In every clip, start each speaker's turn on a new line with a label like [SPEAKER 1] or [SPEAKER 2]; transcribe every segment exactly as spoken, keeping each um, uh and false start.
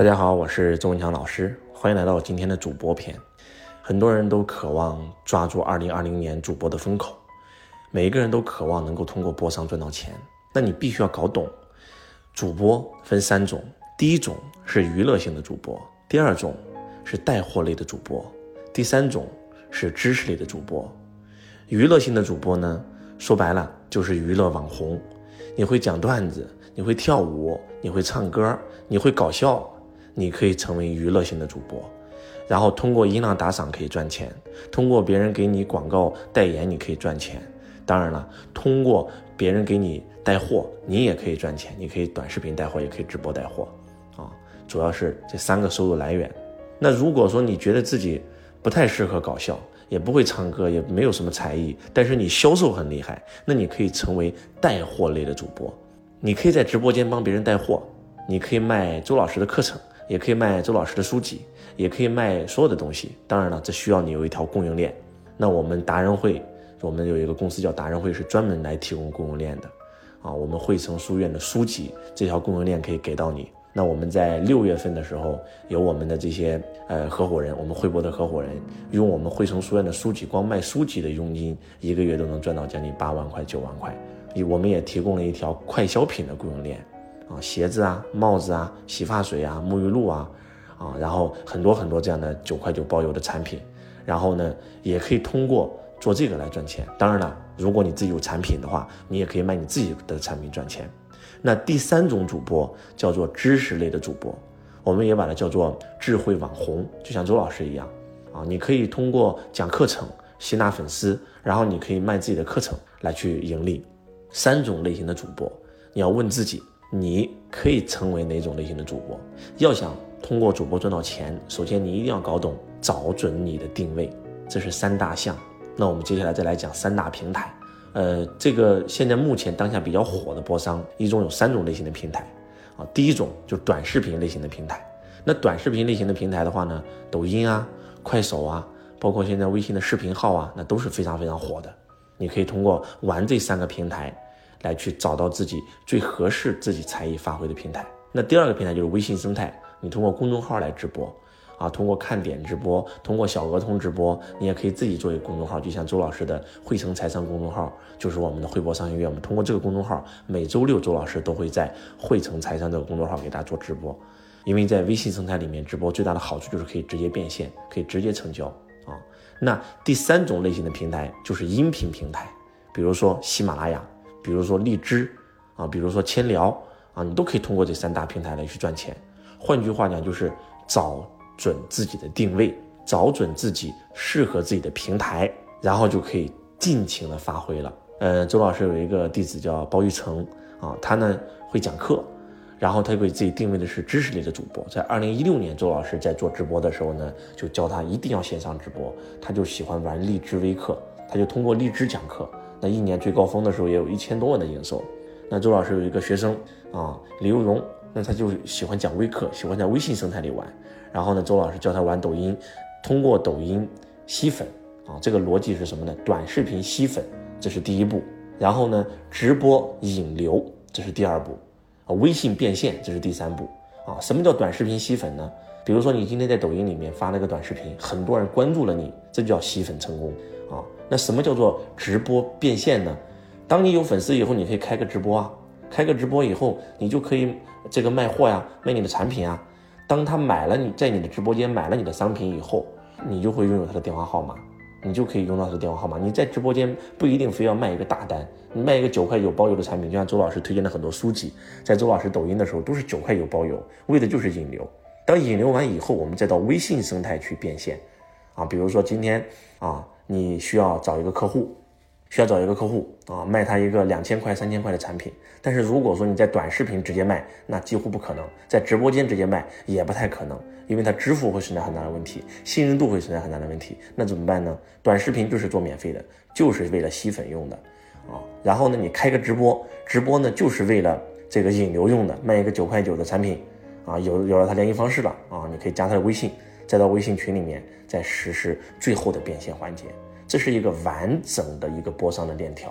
[SPEAKER 1] 大家好，我是周文强老师，欢迎来到今天的主播篇。很多人都渴望抓住二零二零年主播的风口，每一个人都渴望能够通过播商赚到钱。那你必须要搞懂，主播分三种，第一种是娱乐性的主播，第二种是带货类的主播，第三种是知识类的主播。娱乐性的主播呢，说白了就是娱乐网红，你会讲段子，你会跳舞，你会唱歌，你会搞笑，你可以成为娱乐性的主播，然后通过音浪打赏可以赚钱，通过别人给你广告代言你可以赚钱，当然了，通过别人给你带货你也可以赚钱，你可以短视频带货，也可以直播带货啊，主要是这三个收入来源。那如果说你觉得自己不太适合搞笑，也不会唱歌，也没有什么才艺，但是你销售很厉害，那你可以成为带货类的主播。你可以在直播间帮别人带货，你可以卖周老师的课程，也可以卖周老师的书籍，也可以卖所有的东西。当然了，这需要你有一条供应链。那我们达人会，我们有一个公司叫达人会，是专门来提供供应链的啊。我们汇成书院的书籍这条供应链可以给到你。那我们在六月份的时候，有我们的这些呃合伙人，我们汇博的合伙人，用我们汇成书院的书籍，光卖书籍的佣金，一个月都能赚到将近八万块、九万块。我们也提供了一条快消品的供应链啊，鞋子啊、帽子啊、洗发水啊、沐浴露啊，啊，然后很多很多这样的九块九包邮的产品，然后呢，也可以通过做这个来赚钱。当然了，如果你自己有产品的话，你也可以卖你自己的产品赚钱。那第三种主播叫做知识类的主播，我们也把它叫做智慧网红，就像周老师一样啊，你可以通过讲课程吸纳粉丝，然后你可以卖自己的课程来去盈利。三种类型的主播，你要问自己，你可以成为哪种类型的主播？要想通过主播赚到钱，首先你一定要搞懂，找准你的定位，这是三大项。那我们接下来再来讲三大平台。呃，这个现在目前当下比较火的播商，一共有三种类型的平台啊。第一种就是短视频类型的平台。那短视频类型的平台的话呢，抖音啊、快手啊，包括现在微信的视频号啊，那都是非常非常火的。你可以通过玩这三个平台来去找到自己最合适自己才艺发挥的平台。那第二个平台就是微信生态，你通过公众号来直播啊，通过看点直播，通过小额通直播，你也可以自己做一个公众号，就像周老师的汇成财商公众号，就是我们的汇博商学院。我们通过这个公众号，每周六周老师都会在汇成财商这个公众号给大家做直播。因为在微信生态里面直播最大的好处就是可以直接变现，可以直接成交啊。那第三种类型的平台就是音频平台，比如说喜马拉雅，比如说荔枝啊，比如说千聊啊，你都可以通过这三大平台来去赚钱。换句话讲，就是找准自己的定位，找准自己适合自己的平台，然后就可以尽情的发挥了。呃，周老师有一个弟子叫包玉成啊，他呢会讲课，然后他给自己定位的是知识类的主播。在二零一六年，周老师在做直播的时候呢，就教他一定要线上直播。他就喜欢玩荔枝微课，他就通过荔枝讲课，那一年最高峰的时候也有一千多万的营收。那周老师有一个学生啊，李幼荣，那他就喜欢讲微课，喜欢在微信生态里玩。然后呢，周老师教他玩抖音，通过抖音吸粉啊，这个逻辑是什么呢？短视频吸粉，这是第一步。然后呢，直播引流，这是第二步。啊，微信变现，这是第三步啊。什么叫短视频吸粉呢？比如说你今天在抖音里面发了个短视频，很多人关注了你，这就叫吸粉成功啊。那什么叫做直播变现呢？当你有粉丝以后，你可以开个直播啊，开个直播以后，你就可以这个卖货呀，卖你的产品啊。当他买了你在你的直播间买了你的商品以后，你就会拥有他的电话号码，你就可以用到他的电话号码。你在直播间不一定非要卖一个大单，你卖一个九块九包邮的产品，就像周老师推荐的很多书籍，在周老师抖音的时候都是九块九包邮，为的就是引流。当引流完以后，我们再到微信生态去变现啊。比如说今天啊，你需要找一个客户，需要找一个客户啊，卖他一个两千块、三千块的产品。但是如果说你在短视频直接卖，那几乎不可能；在直播间直接卖也不太可能，因为他支付会存在很大的问题，信任度会存在很大的问题。那怎么办呢？短视频就是做免费的，就是为了吸粉用的啊。然后呢，你开个直播，直播呢就是为了这个引流用的，卖一个九块九的产品啊，有有了他联系方式了啊，你可以加他的微信，再到微信群里面再实施最后的变现环节。这是一个完整的一个播商的链条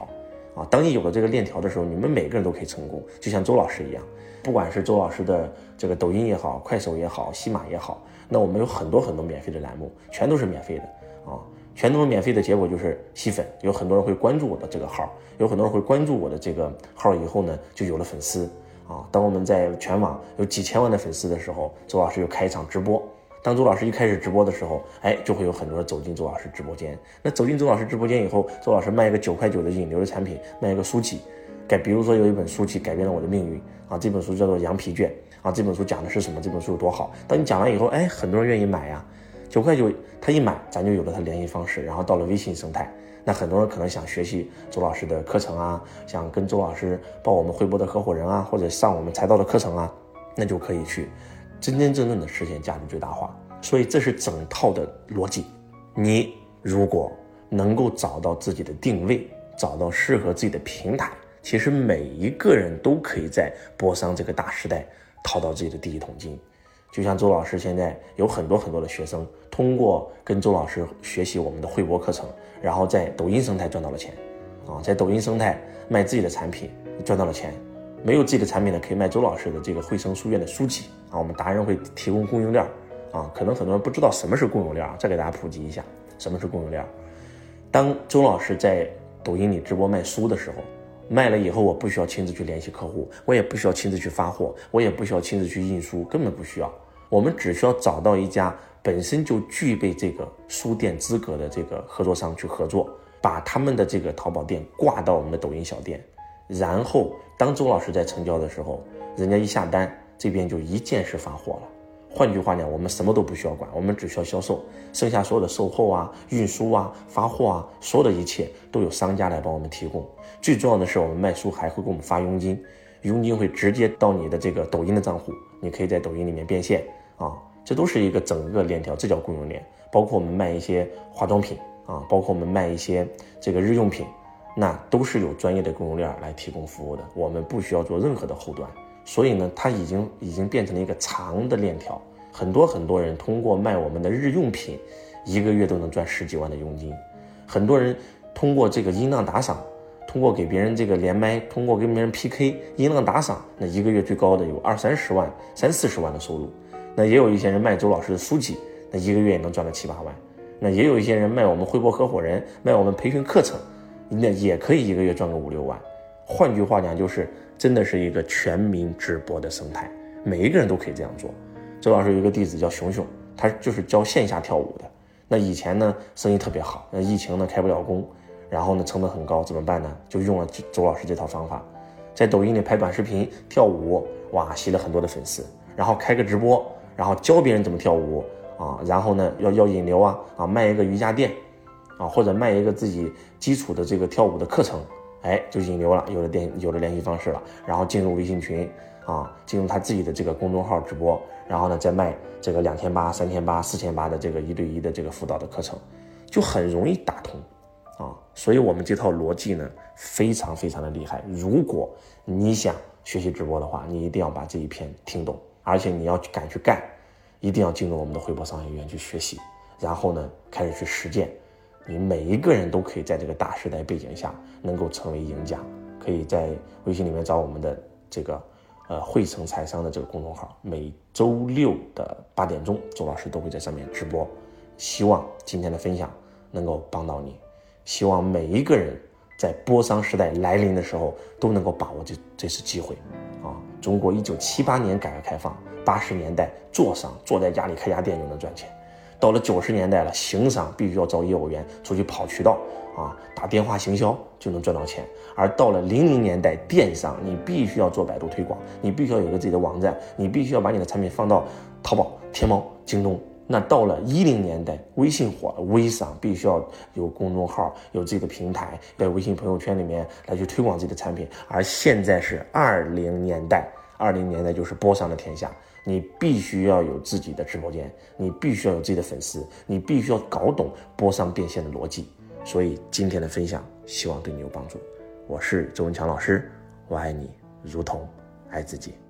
[SPEAKER 1] 啊，当你有了这个链条的时候，你们每个人都可以成功，就像周老师一样，不管是周老师的这个抖音也好，快手也好，喜马也好，那我们有很多很多免费的栏目，全都是免费的啊，全都是免费的结果就是吸粉，有很多人会关注我的这个号，有很多人会关注我的这个号以后呢，就有了粉丝啊。当我们在全网有几千万的粉丝的时候，周老师又开一场直播。当周老师一开始直播的时候，哎，就会有很多人走进周老师直播间。那走进周老师直播间以后，周老师卖一个九块九的引流的产品，卖一个书籍，改，比如说有一本书籍改变了我的命运啊，这本书叫做《羊皮卷》啊，这本书讲的是什么？这本书有多好？当你讲完以后，哎，很多人愿意买呀，九块九，他一买，咱就有了他联系方式，然后到了微信生态。那很多人可能想学习周老师的课程啊，想跟周老师报我们汇博的合伙人啊，或者上我们财道的课程啊，那就可以去真真正正的实现价值最大化。所以这是整套的逻辑。你如果能够找到自己的定位，找到适合自己的平台，其实每一个人都可以在播商这个大时代淘到自己的第一桶金。就像周老师现在有很多很多的学生通过跟周老师学习我们的汇博课程，然后在抖音生态赚到了钱啊，在抖音生态卖自己的产品赚到了钱。没有自己的产品呢，可以卖周老师的这个汇生书院的书籍啊，我们达人会提供供应链啊，可能很多人不知道什么是供应链，再给大家普及一下什么是供应链。当周老师在抖音里直播卖书的时候，卖了以后我不需要亲自去联系客户，我也不需要亲自去发货，我也不需要亲自去印书，根本不需要。我们只需要找到一家本身就具备这个书店资格的这个合作商去合作，把他们的这个淘宝店挂到我们的抖音小店，然后当周老师在成交的时候，人家一下单，这边就一键式发货了。换句话讲，我们什么都不需要管，我们只需要销售，剩下所有的售后啊、运输啊、发货啊，所有的一切都有商家来帮我们提供。最重要的是，我们卖书还会给我们发佣金，佣金会直接到你的这个抖音的账户，你可以在抖音里面变现啊，这都是一个整个链条，这叫供应链。包括我们卖一些化妆品啊，包括我们卖一些这个日用品，那都是有专业的供应链来提供服务的，我们不需要做任何的后端。所以呢，它已经已经变成了一个长的链条，很多很多人通过卖我们的日用品，一个月都能赚十几万的佣金。很多人通过这个音浪打赏，通过给别人这个连麦，通过跟别人 P K 音浪打赏，那一个月最高的有二三十万、三四十万的收入。那也有一些人卖周老师的书籍，那一个月也能赚了七八万。那也有一些人卖我们汇博合伙人，卖我们培训课程，那也可以一个月赚个五六万。换句话讲，就是真的是一个全民直播的生态，每一个人都可以这样做。周老师有一个弟子叫熊熊，他就是教线下跳舞的。那以前呢，生意特别好，那疫情呢开不了工，然后呢成本很高，怎么办呢？就用了周老师这套方法，在抖音里拍短视频跳舞，哇，吸了很多的粉丝，然后开个直播，然后教别人怎么跳舞啊，然后呢要要引流啊啊，卖一个瑜伽垫啊，或者卖一个自己基础的这个跳舞的课程。哎，就引流了，有了电有了联系方式了，然后进入微信群啊，进入他自己的这个公众号直播，然后呢再卖这个两千八、三千八、四千八的这个一对一的这个辅导的课程，就很容易打通啊。所以我们这套逻辑呢非常非常的厉害。如果你想学习直播的话，你一定要把这一篇听懂，而且你要敢去干，一定要进入我们的汇博商学院去学习，然后呢开始去实践。你每一个人都可以在这个大时代背景下能够成为赢家。可以在微信里面找我们的这个呃汇成财商的这个公众号，每周六的八点钟，周老师都会在上面直播。希望今天的分享能够帮到你，希望每一个人在播商时代来临的时候都能够把握这这次机会啊！中国一九七八年改革开放，八十年代做商坐在家里开家店就能赚钱。到了九十年代了，行商必须要招业务员出去跑渠道啊，打电话行销就能赚到钱。而到了零零年代，电商你必须要做百度推广，你必须要有一个自己的网站，你必须要把你的产品放到淘宝、天猫、京东。那到了一零年代，微信火了，微商必须要有公众号，有自己的平台，在微信朋友圈里面来去推广自己的产品。而现在是二零年代，二零年代就是播商的天下。你必须要有自己的直播间，你必须要有自己的粉丝，你必须要搞懂播商变现的逻辑。所以今天的分享希望对你有帮助。我是周文强老师，我爱你如同爱自己。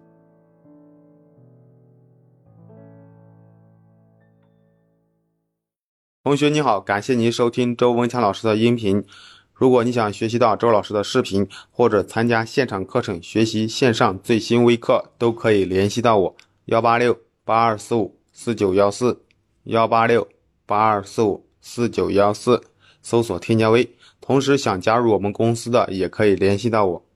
[SPEAKER 2] 同学你好，感谢您收听周文强老师的音频。 如果你想学习到周老师的视频，或者参加现场课程学习线上最新微课，都可以联系到我幺八六八二四五四九一四幺八六八二四五四九一四，搜索添加微。同时想加入我们公司的也可以联系到我。